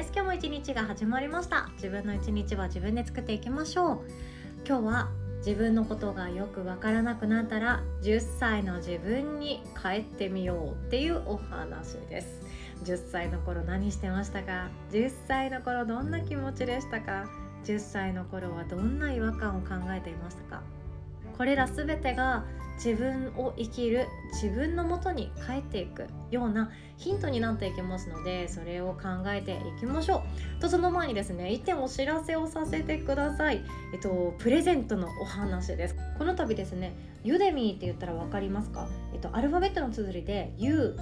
です。今日も一日が始まりました。自分の一日は自分で作っていきましょう。今日は自分のことがよくわからなくなったら10歳の自分に帰ってみようっていうお話です。10歳の頃何してましたか？ 10 歳の頃どんな気持ちでしたか？10歳の頃はどんな違和感を考えていましたか？これらすべてが自分を生きる自分のもとに帰っていくようなヒントになっていきますので、それを考えていきましょう。とその前にですね、1点お知らせをさせてください。プレゼントのお話です。この度ですね、ユデミーって言ったら分かりますか？アルファベットの綴りで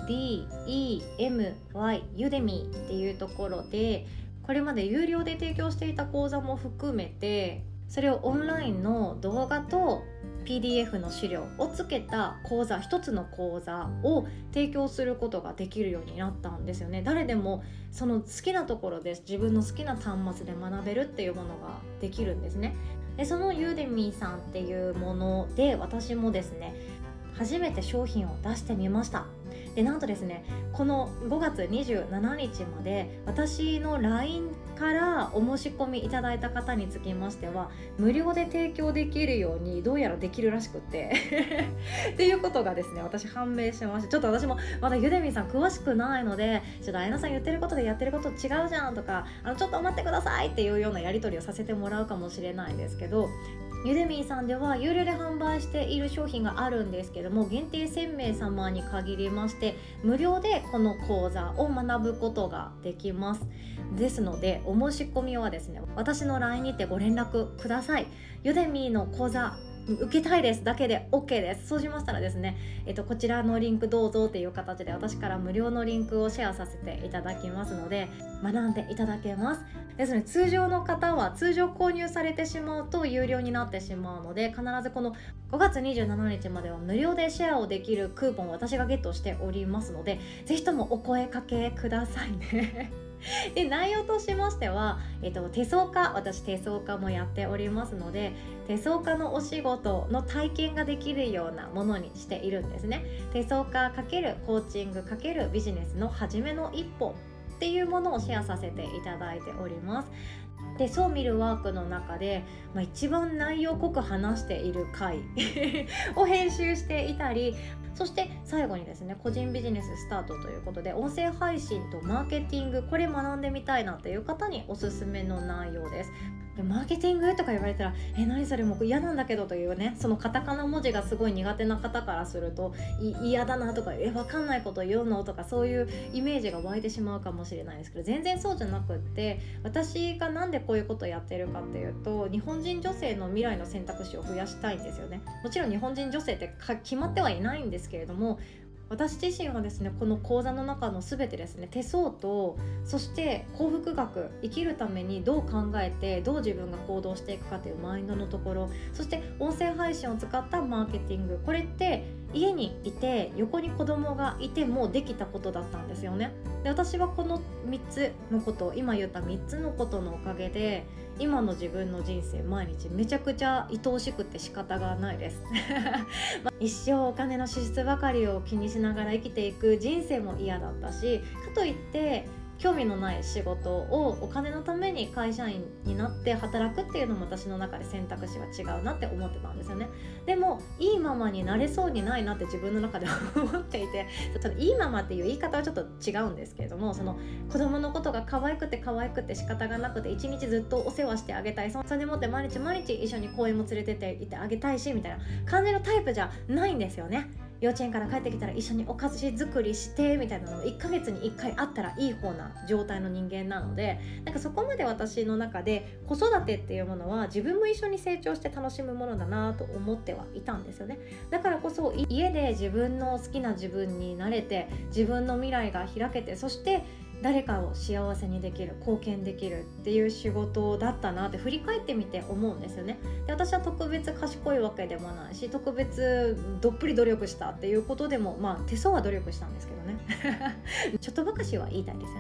UDEMY ユデミーっていうところで、これまで有料で提供していた講座も含めて、それをオンラインの動画と PDF の資料をつけた講座、一つの講座を提供することができるようになったんですよね。誰でもその好きなところで自分の好きな端末で学べるっていうものができるんですね。でそのユーデミーさんっていうもので、私もですね初めて商品を出してみました。でなんとですね、この5月27日まで私の LINE からお申し込みいただいた方につきましては無料で提供できるようにどうやらできるらしくってっていうことがですね、私判明しました。ちょっと私もまだユデミーさん詳しくないので、ちょっとあやなさん言ってることでやってること違うじゃんとか、ちょっと待ってくださいっていうようなやり取りをさせてもらうかもしれないですけど、ユデミーさんでは有料で販売している商品があるんですけども、限定1000名様に限りまして無料でこの講座を学ぶことができます。ですのでお申し込みはですね、私の LINE にてご連絡ください。ユデミーの講座受けたいですだけで OK です。そうしましたらですね、こちらのリンクどうぞっていう形で私から無料のリンクをシェアさせていただきますので学んでいただけます。ですので通常の方は通常購入されてしまうと有料になってしまうので、必ずこの5月27日までは無料でシェアをできるクーポンを私がゲットしておりますので、ぜひともお声かけくださいねで内容としましては、手相家、私手相家もやっておりますので、手相家のお仕事の体験ができるようなものにしているんですね。手相家×コーチング×ビジネスの初めの一歩っていうものをシェアさせていただいております。でそう見るワークの中で、一番内容濃く話している回を編集していたり、そして最後にですね、個人ビジネススタートということで音声配信とマーケティング、これ学んでみたいなという方におすすめの内容です。でマーケティングとか言われたら何それもう嫌なんだけどというね、そのカタカナ文字がすごい苦手な方からすると嫌だなとか分かんないこと言うのとか、そういうイメージが湧いてしまうかもしれないですけど、全然そうじゃなくって、私がなんでこういうことをやってるかっていうと、日本人女性の未来の選択肢を増やしたいんですよね。もちろん日本人女性って決まってはいないんですけれども、私自身はですね、この講座の中の全てですね、手相とそして幸福学、生きるためにどう考えてどう自分が行動していくかというマインドのところ、そして音声配信を使ったマーケティング、これって家にいて横に子供がいてもできたことだったんですよね。で私はこの3つのこと、今言った3つのことのおかげで今の自分の人生、毎日めちゃくちゃ愛おしくて仕方がないです一生お金の支出ばかりを気にしながら生きていく人生も嫌だったし、かといって興味のない仕事をお金のために会社員になって働くっていうのも私の中で選択肢は違うなって思ってたんですよね。でもいいママになれそうにないなって自分の中で思っていて、そのいいママっていう言い方はちょっと違うんですけれども、その子供のことが可愛くて仕方がなくて一日ずっとお世話してあげたい、それでもって毎日一緒に公園も連れてっていてあげたいしみたいな感じのタイプじゃないんですよね。幼稚園から帰ってきたら一緒にお菓子作りしてみたいなのを1ヶ月に1回あったらいい方な状態の人間なので、なんかそこまで私の中で子育てっていうものは自分も一緒に成長して楽しむものだなと思ってはいたんですよね。だからこそ家で自分の好きな自分になれて、自分の未来が開けて、そして誰かを幸せにできる、貢献できるっていう仕事だったなって振り返ってみて思うんですよね。で私は特別賢いわけでもないし、特別どっぷり努力したっていうことでも、手相は努力したんですけどねちょっとばかしは言いたいですよね。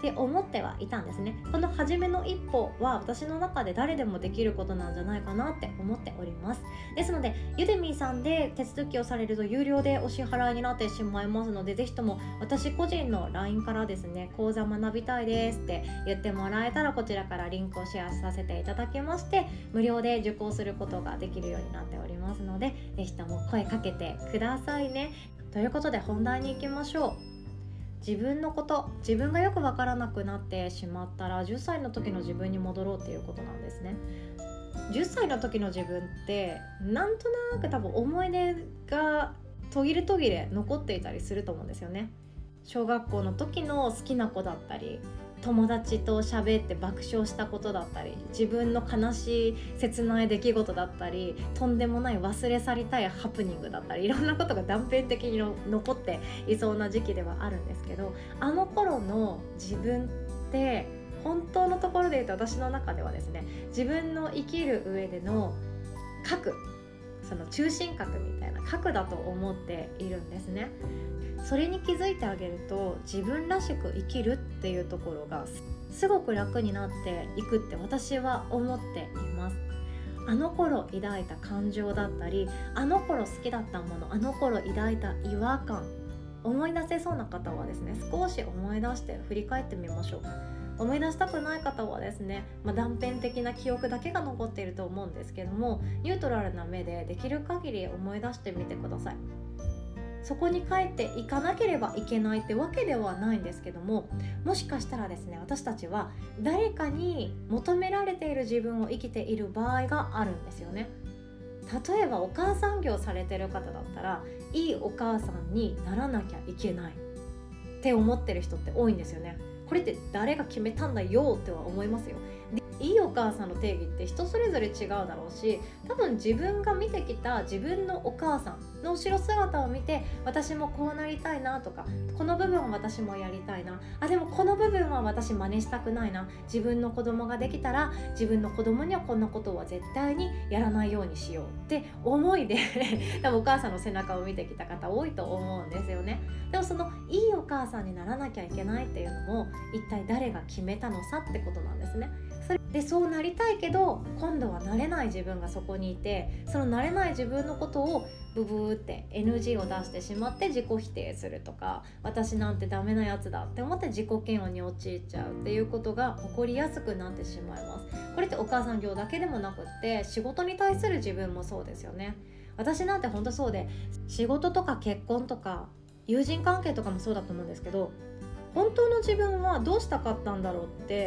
って思ってはいたんですね。この初めの一歩は私の中で誰でもできることなんじゃないかなって思っております。ですのでユデミーさんで手続きをされると有料でお支払いになってしまいますので、ぜひとも私個人の LINE からですね、講座学びたいですって言ってもらえたら、こちらからリンクをシェアさせていただきまして、無料で受講することができるようになっておりますので、ぜひとも声かけてくださいね。ということで本題に行きましょう。自分のこと、自分がよく分からなくなってしまったら10歳の時の自分に戻ろうっていうことなんですね。10歳の時の自分ってなんとなく多分思い出が途切れ途切れ残っていたりすると思うんですよね。小学校の時の好きな子だったり、友達と喋って爆笑したことだったり、自分の悲しい切ない出来事だったり、とんでもない忘れ去りたいハプニングだったり、いろんなことが断片的に残っていそうな時期ではあるんですけど、あの頃の自分って本当のところで言うと、私の中ではですね、自分の生きる上での核、その中心核みたいな核だと思っているんですね。それに気づいてあげると、自分らしく生きるっていうところがすごく楽になっていくって私は思っています。あの頃抱いた感情だったり、あの頃好きだったもの、あの頃抱いた違和感、思い出せそうな方はですね、少し思い出して振り返ってみましょう。思い出したくない方はですね、断片的な記憶だけが残っていると思うんですけども、ニュートラルな目でできる限り思い出してみてください。そこに帰っていかなければいけないってわけではないんですけども、もしかしたらですね、私たちは誰かに求められている自分を生きている場合があるんですよね。例えばお母さん業されてる方だったら、いいお母さんにならなきゃいけないって思ってる人って多いんですよね。これって誰が決めたんだよっては思いますよ。で、いいお母さんの定義って人それぞれ違うだろうし、多分自分が見てきた自分のお母さんの後ろ姿を見て、私もこうなりたいなとか、この部分は私もやりたいな、でもこの部分は私真似したくないな、自分の子供ができたら自分の子供にはこんなことは絶対にやらないようにしようって思いで多分お母さんの背中を見てきた方多いと思うんですよね。でもそのいいお母さんにならなきゃいけないっていうのも、一体誰が決めたのさってことなんですね。そうなりたいけど今度はなれない自分がそこにいて、そのなれない自分のことをブブーって NG を出してしまって自己否定するとか、私なんてダメなやつだって思って自己嫌悪に陥っちゃうっていうことが起こりやすくなってしまいます。これってお母さん業だけでもなくって、仕事に対する自分もそうですよね。私なんて本当そうで、仕事とか結婚とか友人関係とかもそうだと思うんですけど、本当の自分はどうしたかったんだろうって、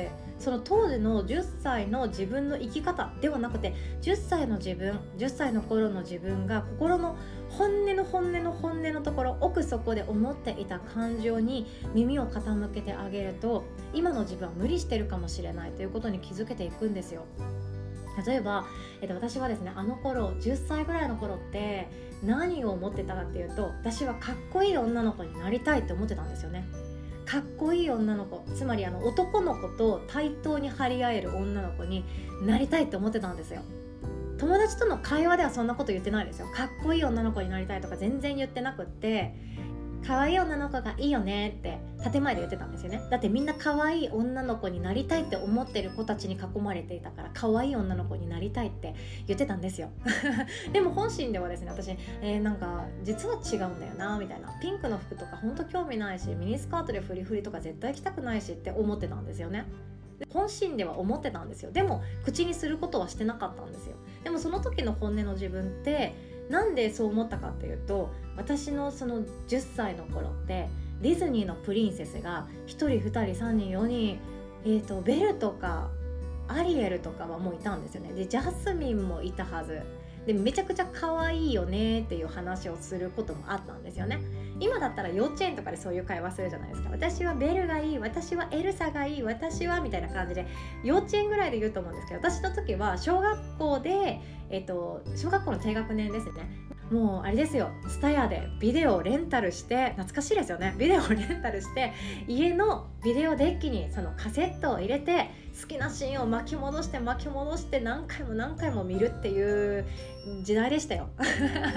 その当時の10歳の自分の生き方ではなくて、10歳の自分、10歳の頃の自分が心の本音の本音の本音のところ、奥底で思っていた感情に耳を傾けてあげると、今の自分は無理してるかもしれないということに気づけていくんですよ。例えば、私はですね、あの頃10歳ぐらいの頃って何を思ってたかっていうと、私はかっこいい女の子になりたいって思ってたんですよね。かっこいい女の子、つまり男の子と対等に張り合える女の子になりたいって思ってたんですよ。友達との会話ではそんなこと言ってないですよ。かっこいい女の子になりたいとか全然言ってなくって、可愛い女の子がいいよねって建前で言ってたんですよね。だってみんな可愛い女の子になりたいって思ってる子たちに囲まれていたから、可愛い女の子になりたいって言ってたんですよでも本心ではですね、私、なんか実は違うんだよなみたいな、ピンクの服とか本当興味ないし、ミニスカートでフリフリとか絶対着たくないしって思ってたんですよね。本心では思ってたんですよ。でも口にすることはしてなかったんですよ。でもその時の本音の自分ってなんでそう思ったかっていうと、私のその10歳の頃ってディズニーのプリンセスが1人2人3人4人、ベルとかアリエルとかはもういたんですよね。でジャスミンもいたはずで、めちゃくちゃ可愛いよねっていう話をすることもあったんですよね。今だったら幼稚園とかでそういう会話するじゃないですか。私はベルがいい、私はエルサがいい、私はみたいな感じで幼稚園ぐらいで言うと思うんですけど、私の時は小学校で、小学校の低学年ですね。もうあれですよ、ツタヤでビデオをレンタルして、懐かしいですよね。ビデオをレンタルして家のビデオデッキにそのカセットを入れて、好きなシーンを巻き戻して何回も何回も見るっていう時代でしたよ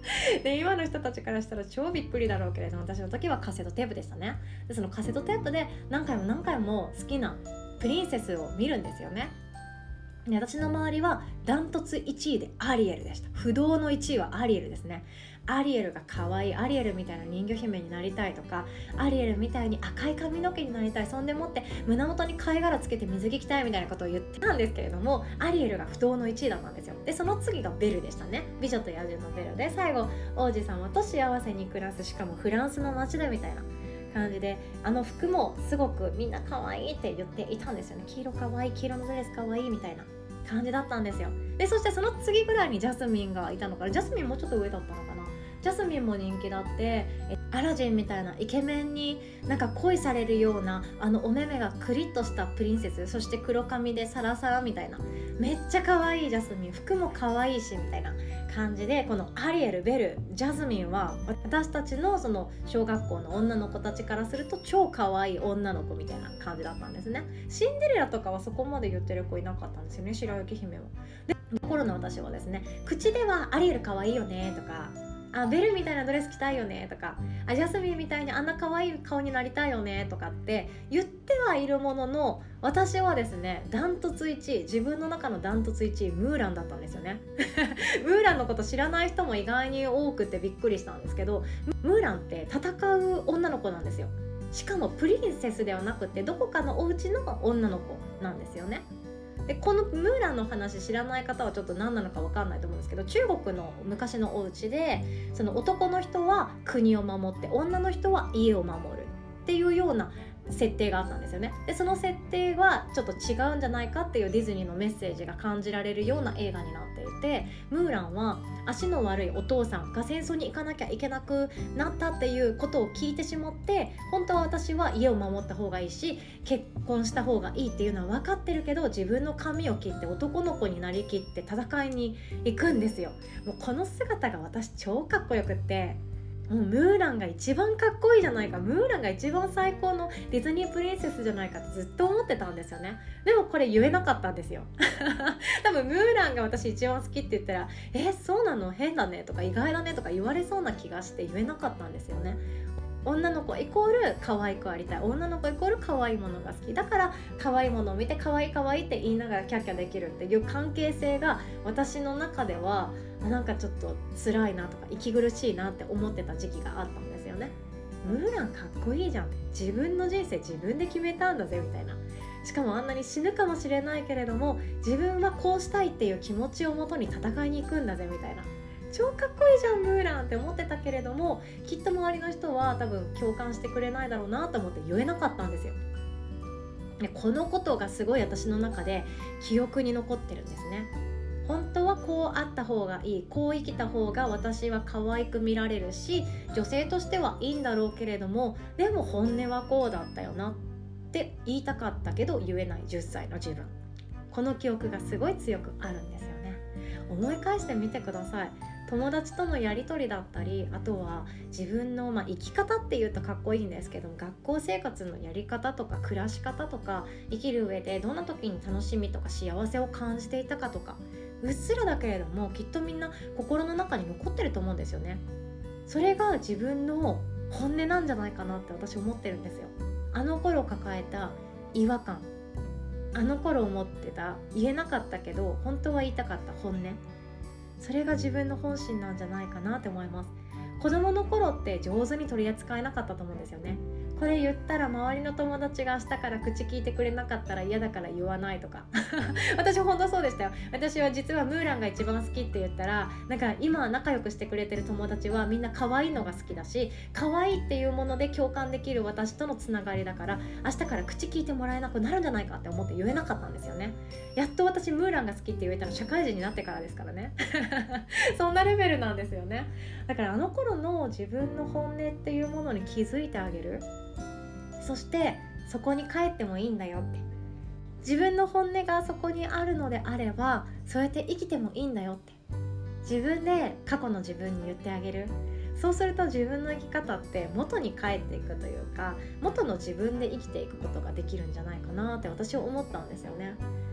で今の人たちからしたら超びっくりだろうけれども、私の時はカセットテープでしたね。でそのカセットテープで何回も何回も好きなプリンセスを見るんですよね。で私の周りはダントツ1位でアリエルでした。不動の1位はアリエルですね。アリエルが可愛い、アリエルみたいな人魚姫になりたいとか、アリエルみたいに赤い髪の毛になりたい、そんでもって胸元に貝殻つけて水着着たいみたいなことを言ってたんですけれども、アリエルが不動の1位だったんですよ。でその次がベルでしたね。美女と野獣のベルで、最後王子様と幸せに暮らす、しかもフランスの街でみたいな感じで、服もすごくみんな可愛いって言っていたんですよね。黄色可愛い、黄色のドレス可愛いみたいな感じだったんですよ。でそしてその次ぐらいにジャスミンがいたのから、ジャスミンもうちょっと上だったのかな。ジャスミンも人気だって、アラジンみたいなイケメンになんか恋されるようなお目目がクリッとしたプリンセス、そして黒髪でサラサラみたいな、めっちゃ可愛いジャスミン、服も可愛いしみたいな感じで、このアリエル、ベル、ジャスミンは私たちのその小学校の女の子たちからすると超可愛い女の子みたいな感じだったんですね。シンデレラとかはそこまで言ってる子いなかったんですよね、白雪姫は。で頃の私はですね、口ではアリエル可愛いよねとか、ベルみたいなドレス着たいよねとか、ジャスミンみたいにあんな可愛い顔になりたいよねとかって言ってはいるものの、私はですねダントツ1位、自分の中のダントツ1位ムーランだったんですよね。ムーランのこと知らない人も意外に多くてびっくりしたんですけど、ムーランって戦う女の子なんですよ。しかもプリンセスではなくてどこかのお家の女の子なんですよね。でこのムーランの話知らない方はちょっと何なのか分かんないと思うんですけど、中国の昔のお家で、その男の人は国を守って女の人は家を守るっていうような設定があったんですよね。でその設定はちょっと違うんじゃないかっていうディズニーのメッセージが感じられるような映画になっていて、ムーランは足の悪いお父さんが戦争に行かなきゃいけなくなったっていうことを聞いてしまって、本当は私は家を守った方がいいし結婚した方がいいっていうのは分かってるけど、自分の髪を切って男の子になりきって戦いに行くんですよ。もうこの姿が私超かっこよくって、もうムーランが一番かっこいいじゃないか、ムーランが一番最高のディズニープリンセスじゃないかってずっと思ってたんですよね。でもこれ言えなかったんですよ。多分ムーランが私一番好きって言ったらそうなの、変だねとか意外だねとか言われそうな気がして言えなかったんですよね。女の子イコール可愛くありたい、女の子イコール可愛いものが好きだから可愛いものを見て可愛い可愛いって言いながらキャッキャできるっていう関係性が私の中ではなんかちょっと辛いなとか息苦しいなって思ってた時期があったんですよね。ムーランかっこいいじゃんって、自分の人生自分で決めたんだぜみたいな、しかもあんなに死ぬかもしれないけれども自分はこうしたいっていう気持ちをもとに戦いに行くんだぜみたいな、超かっこいいじゃんムーランって思ってたけれども、きっと周りの人は多分共感してくれないだろうなと思って言えなかったんですよ。でこのことがすごい私の中で記憶に残ってるんですね。本当はこうあった方がいい、こう生きた方が私は可愛く見られるし女性としてはいいんだろうけれども、でも本音はこうだったよなって言いたかったけど言えない10歳の自分、この記憶がすごい強くあるんですよね。思い返してみてください。友達とのやり取りだったり、あとは自分の、生き方っていうとかっこいいんですけど、学校生活のやり方とか暮らし方とか、生きる上でどんな時に楽しみとか幸せを感じていたかとか、うっすらだけれどもきっとみんな心の中に残ってると思うんですよね。それが自分の本音なんじゃないかなって私思ってるんですよ。あの頃抱えた違和感、あの頃思ってた言えなかったけど本当は言いたかった本音、それが自分の本心なんじゃないかなって思います。子供の頃って上手に取り扱えなかったと思うんですよね。これ言ったら周りの友達が明日から口聞いてくれなかったら嫌だから言わないとか私本当そうでしたよ。私は実はムーランが一番好きって言ったら、なんか今仲良くしてくれてる友達はみんな可愛いのが好きだし、可愛いっていうもので共感できる私とのつながりだから明日から口聞いてもらえなくなるんじゃないかって思って言えなかったんですよね。やっと私ムーランが好きって言えたの社会人になってからですからねそんなレベルなんですよね。だからあの頃の自分の本音っていうものに気づいてあげる、そしてそこに帰ってもいいんだよって、自分の本音がそこにあるのであればそうやって生きてもいいんだよって自分で過去の自分に言ってあげる。そうすると自分の生き方って元に帰っていくというか、元の自分で生きていくことができるんじゃないかなって私は思ったんですよね。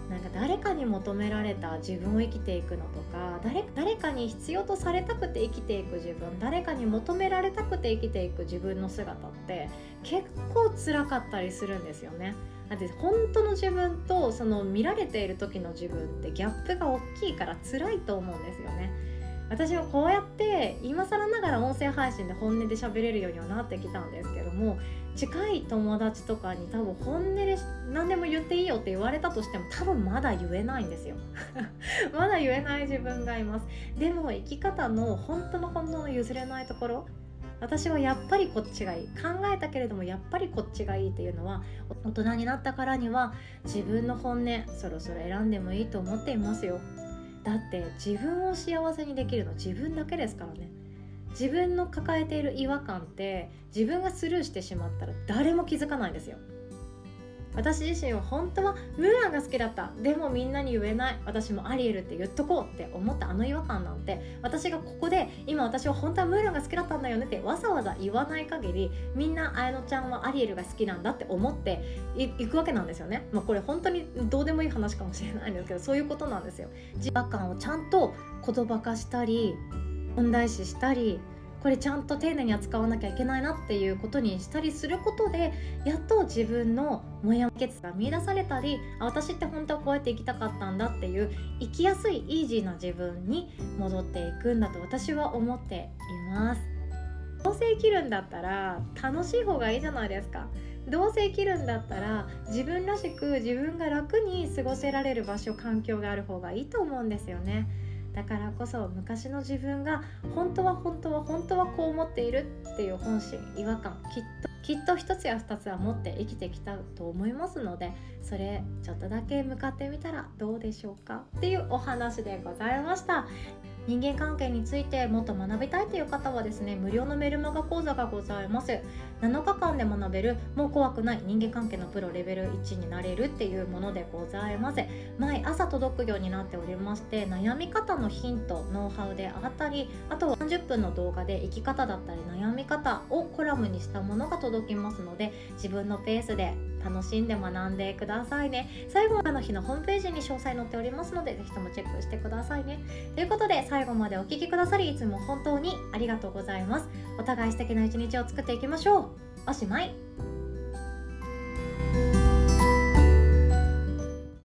なんか誰かに求められた自分を生きていくのとか、誰かに必要とされたくて生きていく自分、誰かに求められたくて生きていく自分の姿って結構辛かったりするんですよね。だって本当の自分とその見られている時の自分ってギャップが大きいから辛いと思うんですよね。私はこうやって今更ながら音声配信で本音で喋れるようにはなってきたんですけども、近い友達とかに多分本音で何でも言っていいよって言われたとしても多分まだ言えないんですよまだ言えない自分がいます。でも生き方の本当の譲れないところ、私はやっぱりこっちがいい、考えたけれどもやっぱりこっちがいいっていうのは、大人になったからには自分の本音そろそろ選んでもいいと思っていますよ。だって自分を幸せにできるの自分だけですからね。自分の抱えている違和感って自分がスルーしてしまったら誰も気づかないんですよ。私自身は本当はムーランが好きだった、でもみんなに言えない、私もアリエルって言っとこうって思ったあの違和感なんて、私がここで今私は本当はムーランが好きだったんだよねってわざわざ言わない限り、みんな綾乃ちゃんはアリエルが好きなんだって思っていくわけなんですよね。これ本当にどうでもいい話かもしれないんですけど、そういうことなんですよ。違和感をちゃんと言葉化したり問題視したり、これちゃんと丁寧に扱わなきゃいけないなっていうことにしたりすることで、やっと自分のモヤモヤが見出されたり、私って本当はこうやって生きたかったんだっていう生きやすいイージーな自分に戻っていくんだと私は思っています。どうせ生きるんだったら楽しい方がいいじゃないですか。どうせ生きるんだったら自分らしく自分が楽に過ごせられる場所、環境がある方がいいと思うんですよね。だからこそ昔の自分が本当はこう思っているっていう本心、違和感、きっと一つや二つは持って生きてきたと思いますので、それちょっとだけ向かってみたらどうでしょうかっていうお話でございました。人間関係についてもっと学びたいという方はですね、無料のメルマガ講座がございます。7日間で学べるもう怖くない人間関係のプロレベル1になれるっていうものでございます。毎朝届くようになっておりまして、悩み方のヒント、ノウハウであったり、あとは30分の動画で生き方だったり悩み方をコラムにしたものが届きますので、自分のペースで楽しんで学んでくださいね。最後の日のホームページに詳細載っておりますので、ぜひともチェックしてくださいね。ということで最後までお聞きくださりいつも本当にありがとうございます。お互い素敵な一日を作っていきましょう。おしまい。